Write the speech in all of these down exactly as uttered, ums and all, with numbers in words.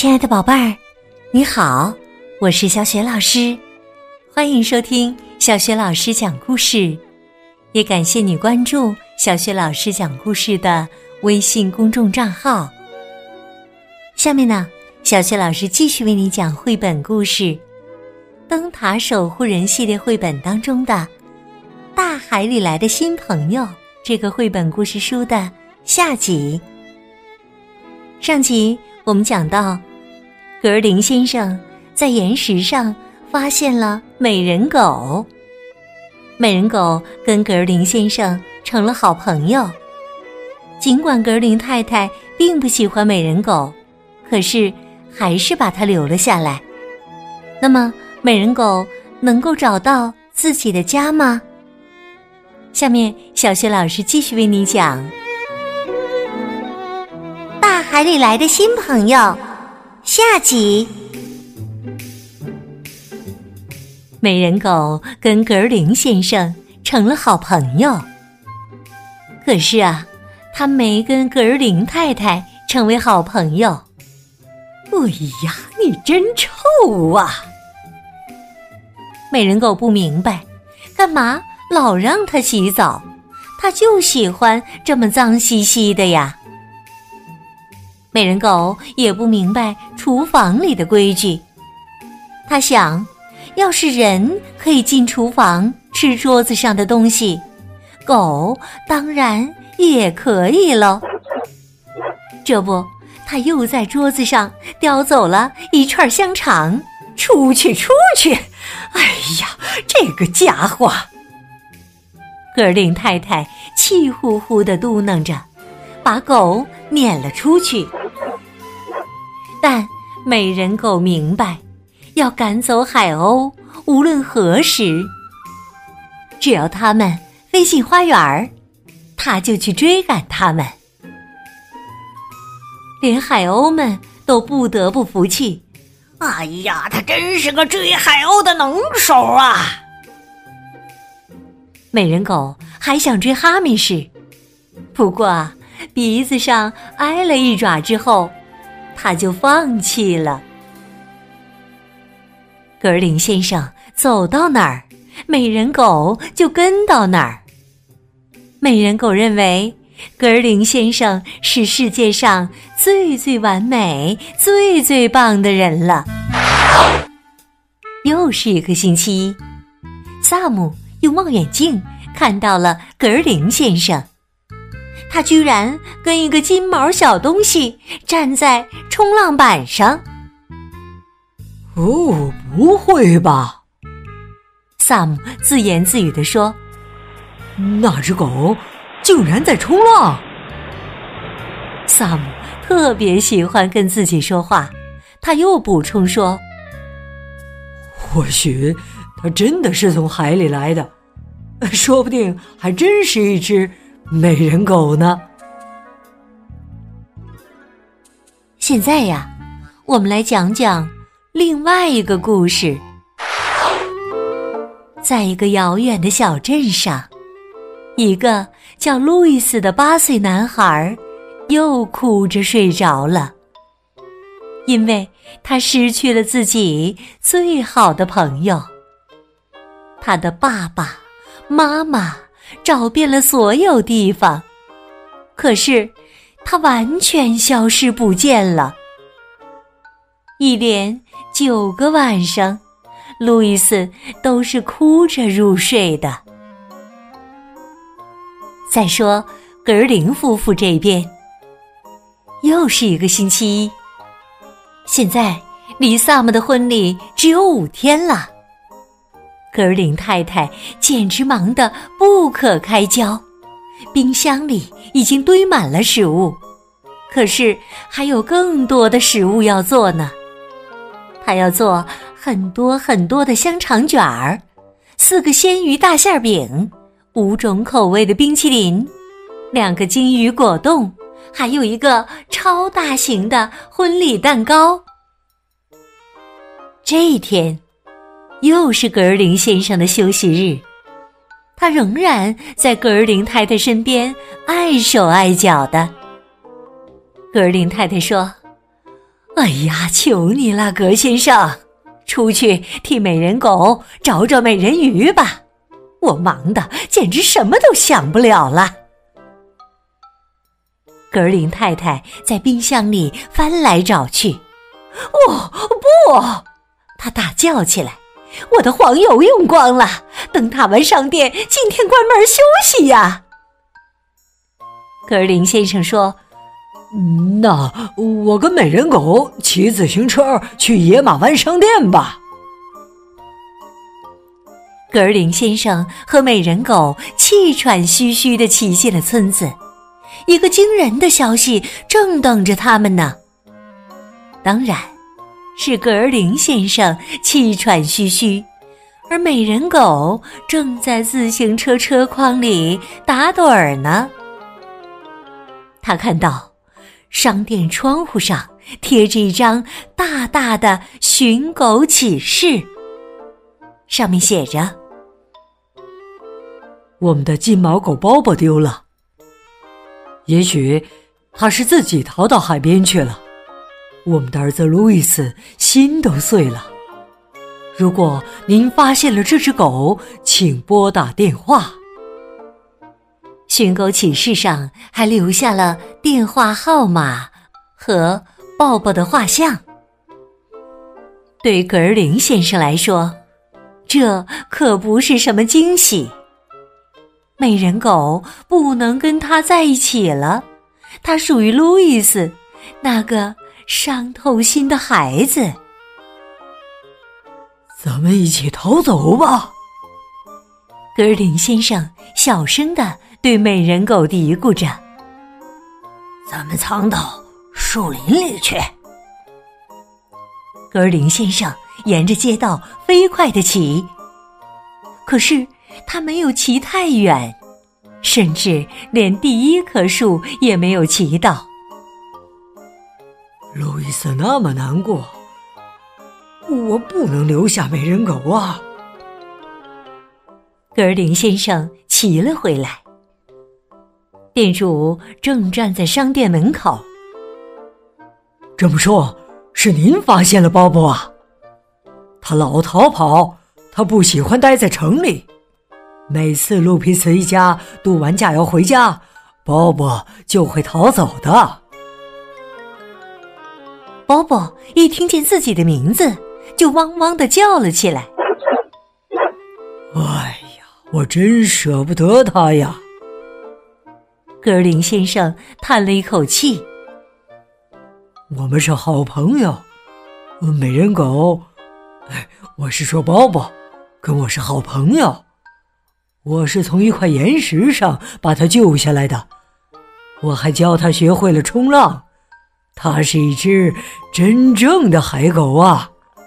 亲爱的宝贝儿，你好，我是小雪老师，欢迎收听小雪老师讲故事，也感谢你关注小雪老师讲故事的微信公众账号。下面呢，小雪老师继续为你讲绘本故事《灯塔守护人》系列绘本当中的《大海里来的新朋友》这个绘本故事书的下集。上集我们讲到，格尔林先生在岩石上发现了美人狗，美人狗跟格尔林先生成了好朋友。尽管格尔林太太并不喜欢美人狗，可是还是把它留了下来。那么美人狗能够找到自己的家吗？下面小雪老师继续为你讲大海里来的新朋友下集。美人狗跟格尔林先生成了好朋友，可是啊，他没跟格尔林太太成为好朋友。哎呀，你真臭啊！美人狗不明白，干嘛老让他洗澡？他就喜欢这么脏兮兮的呀。美人狗也不明白厨房里的规矩，他想，要是人可以进厨房吃桌子上的东西，狗当然也可以喽。这不，他又在桌子上叼走了一串香肠。出去出去！哎呀，这个家伙！格尔林太太气呼呼地嘟囔着，把狗撵了出去。但美人狗明白，要赶走海鸥，无论何时，只要它们飞进花园，它就去追赶它们。连海鸥们都不得不服气。哎呀，他真是个追海鸥的能手啊！美人狗还想追哈密士，不过鼻子上挨了一爪之后，他就放弃了。格尔林先生走到哪儿，美人狗就跟到哪儿。美人狗认为格尔林先生是世界上最最完美、最最棒的人了。又是一个星期一，萨姆用望远镜看到了格尔林先生，他居然跟一个金毛小东西站在冲浪板上。 哦，不会吧？ 萨姆自言自语地说， 那只狗竟然在冲浪。 萨姆特别喜欢跟自己说话，他又补充说， 或许它真的是从海里来的，说不定还真是一只美人狗呢。 现在呀，我们来讲讲另外一个故事。在一个遥远的小镇上，一个叫路易斯的八岁男孩又哭着睡着了，因为他失去了自己最好的朋友。他的爸爸妈妈找遍了所有地方，可是他完全消失不见了。一连九个晚上，路易斯都是哭着入睡的。再说格尔林夫妇这边，又是一个星期一，现在离萨姆的婚礼只有五天了。格尔林太太简直忙得不可开交，冰箱里已经堆满了食物，可是还有更多的食物要做呢。她要做很多很多的香肠卷儿，四个鲜鱼大馅饼，五种口味的冰淇淋，两个金鱼果冻，还有一个超大型的婚礼蛋糕。这一天又是格尔林先生的休息日，他仍然在格尔林太太身边碍手碍脚的。格尔林太太说， 哎呀，求你了，葛先生，出去替美人狗找找美人鱼吧，我忙得简直什么都想不了了。格林太太在冰箱里翻来找去。哦，不！她大叫起来，我的黄油用光了，等他们上店，今天关门休息呀。格林先生说， 那我跟美人狗骑自行车去野马湾商店吧。 格尔林先生和美人狗气喘吁吁地骑进了村子，一个惊人的消息正等着他们呢。当然，是格尔林先生气喘吁吁，而美人狗正在自行车车筐里打盹儿呢。他看到商店窗户上贴着一张大大的寻狗启事，上面写着： 我们的金毛狗包包丢了，也许他是自己逃到海边去了。我们的儿子路易斯心都碎了。如果您发现了这只狗，请拨打电话。 寻狗启事上还留下了电话号码和抱抱的画像。对格尔林先生来说，这可不是什么惊喜。美人狗不能跟他在一起了，他属于路易斯，那个伤透心的孩子。 咱们一起逃走吧， 格尔林先生小声地对美人狗嘀咕着。 咱们藏到树林里去。 格尔林先生沿着街道飞快地骑，可是他没有骑太远，甚至连第一棵树也没有骑到。 路易斯那么难过，我不能留下美人狗啊。 格尔林先生骑了回来，店主正站在商店门口。 这么说，是您发现了包包啊？他老逃跑，他不喜欢待在城里。每次路皮茨一家度完假要回家，包包就会逃走的。 包包一听见自己的名字，就汪汪地叫了起来。 哎呀，我真舍不得他呀！ 格尔林先生叹了一口气。 我们是好朋友，美人狗，哎，我是说包包，跟我是好朋友。我是从一块岩石上把它救下来的，我还教它学会了冲浪。它是一只真正的海狗啊！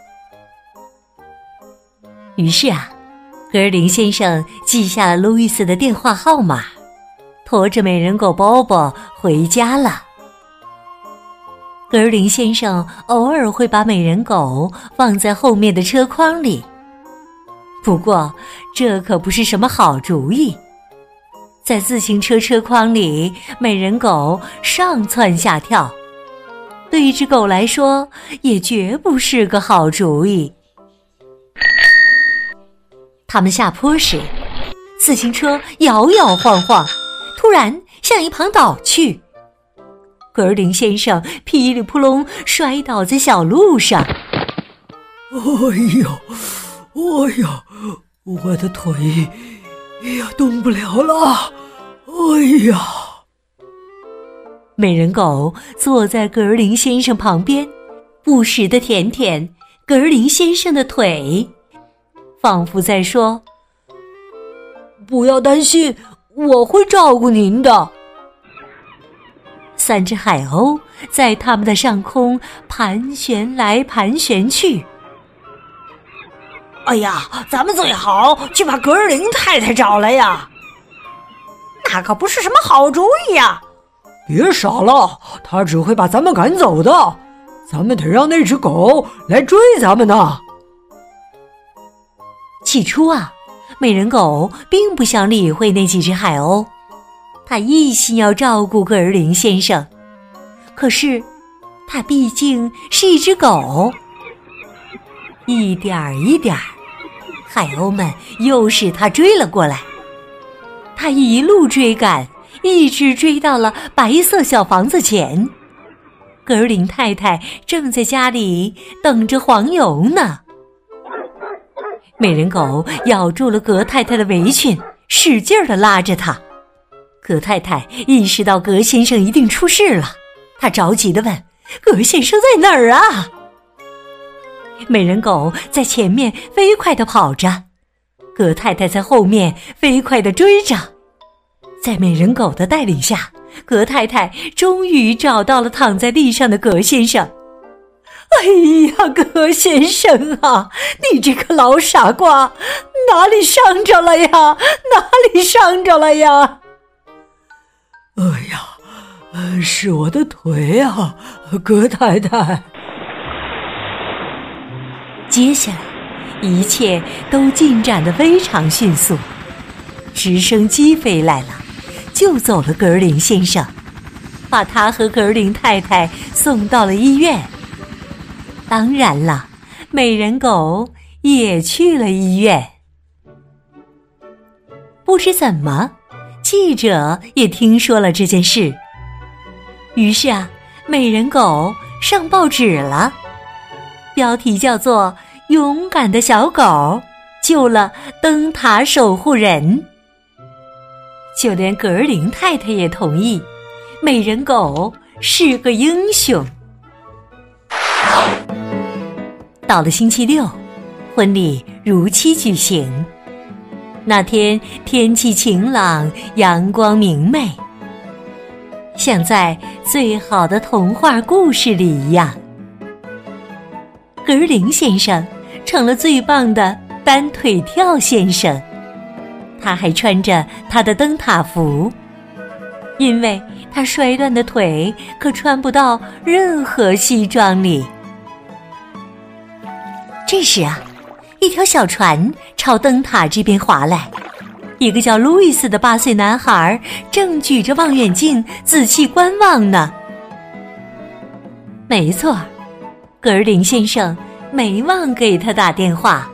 于是啊，格尔林先生记下了路易斯的电话号码，驮着美人狗包包回家了。格尔林先生偶尔会把美人狗放在后面的车筐里，不过这可不是什么好主意。在自行车车筐里，美人狗上蹿下跳，对一只狗来说也绝不是个好主意。他们下坡时，自行车摇摇晃晃，突然向一旁倒去。格尔林先生噼里扑隆摔倒在小路上。 哎呦，哎呀，我的腿呀动不了了！哎呀！ 美人狗坐在格尔林先生旁边，不时地舔舔格尔林先生的腿，仿佛在说： 不要担心，我会照顾您的。 三只海鸥在他们的上空盘旋来盘旋去。 哎呀，咱们最好去把格尔林太太找来呀！那可不是什么好主意呀！ 别傻了，他只会把咱们赶走的。咱们得让那只狗来追咱们呢。 起初啊，美人狗并不想理会那几只海鸥，他一心要照顾格尔林先生。可是它毕竟是一只狗。一点儿一点儿，海鸥们又使它追了过来。它一路追赶，一直追到了白色小房子前。格尔林太太正在家里等着黄油呢。美人狗咬住了格太太的围裙，使劲地拉着她。格太太意识到格先生一定出事了，她着急地问：格先生在哪儿啊？美人狗在前面飞快地跑着，格太太在后面飞快地追着。在美人狗的带领下，格太太终于找到了躺在地上的格先生。哎呀，格先生啊，你这个老傻瓜，哪里伤着了呀？哪里伤着了呀？ 哎呀，是我的腿啊，格太太。 接下来一切都进展得非常迅速，直升机飞来了，救走了格尔林先生，把他和格尔林太太送到了医院。当然了，美人狗也去了医院。不知怎么，记者也听说了这件事，于是啊，美人狗上报纸了，标题叫做“勇敢的小狗救了灯塔守护人”。就连格尔林太太也同意，美人狗是个英雄。到了星期六，婚礼如期举行。那天天气晴朗，阳光明媚，像在最好的童话故事里一样。格尔林先生成了最棒的单腿跳先生，他还穿着他的灯塔服，因为他摔断的腿可穿不到任何西装里。这时啊，一条小船朝灯塔这边划来，一个叫路易斯的八岁男孩正举着望远镜仔细观望呢。没错，格尔林先生没忘给他打电话。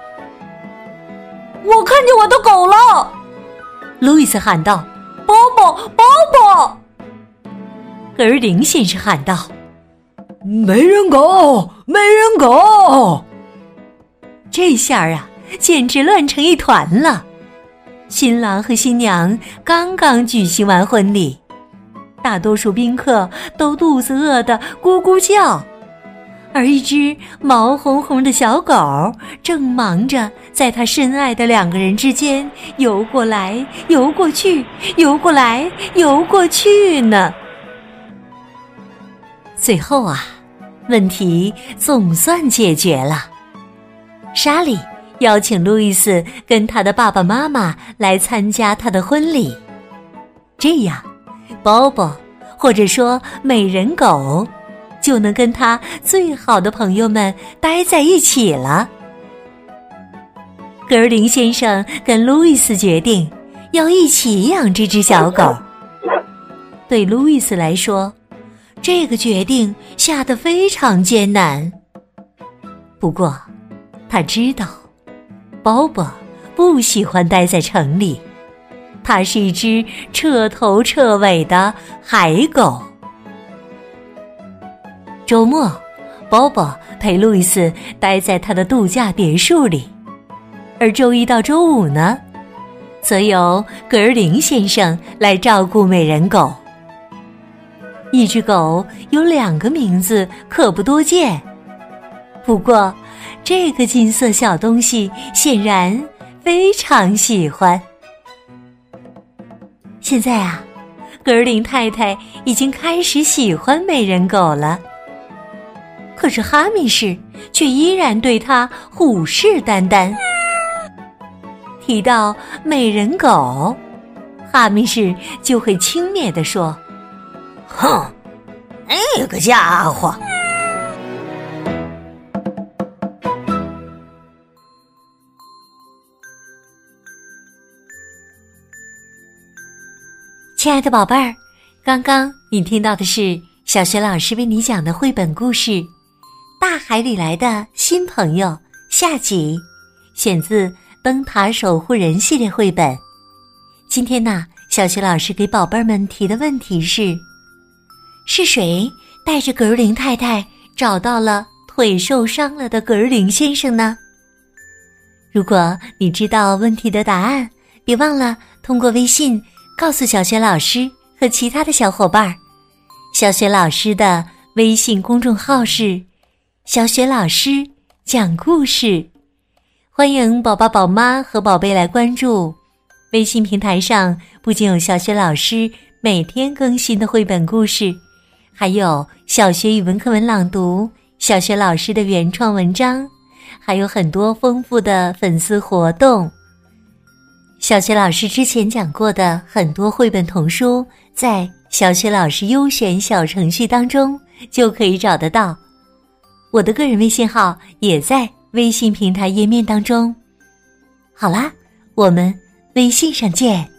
我看见我的狗了！ 路易斯喊道。 包包，包包！ 格尔林先生喊道。 美人狗，美人狗！ 这下啊，简直乱成一团了。新郎和新娘刚刚举行完婚礼，大多数宾客都肚子饿得咕咕叫，而一只毛红红的小狗正忙着在他深爱的两个人之间游过来游过去，游过来游过去呢。最后啊，问题总算解决了。莎莉邀请路易斯跟他的爸爸妈妈来参加他的婚礼，这样包包或者说美人狗就能跟他最好的朋友们待在一起了。格尔林先生跟路易斯决定要一起养这只小狗。对路易斯来说，这个决定下得非常艰难。不过他知道包包不喜欢待在城里，它是一只彻头彻尾的海狗。周末，包包陪路易斯待在他的度假别墅里，而周一到周五呢，则由格尔林先生来照顾美人狗。一只狗有两个名字可不多见，不过这个金色小东西显然非常喜欢。现在啊，格尔林太太已经开始喜欢美人狗了，可是哈密士却依然对她虎视眈眈。提到美人狗，哈密士就会轻蔑地说： 哼，那个家伙！ 亲爱的宝贝儿，刚刚你听到的是小学老师为你讲的绘本故事《大海里来的新朋友》下集，选自《灯塔守护人》系列绘本。今天呢，小学老师给宝贝们提的问题是：是谁带着格林太太找到了腿受伤了的格林先生呢？如果你知道问题的答案，别忘了通过微信告诉小学老师和其他的小伙伴。小学老师的微信公众号是小学老师讲故事，欢迎宝宝宝妈和宝贝来关注。微信平台上不仅有小学老师每天更新的绘本故事，还有小学语文课文朗读，小学老师的原创文章，还有很多丰富的粉丝活动。小学老师之前讲过的很多绘本童书，在小学老师优选小程序当中就可以找得到。我的个人微信号也在微信平台页面当中。好啦，我们微信上见。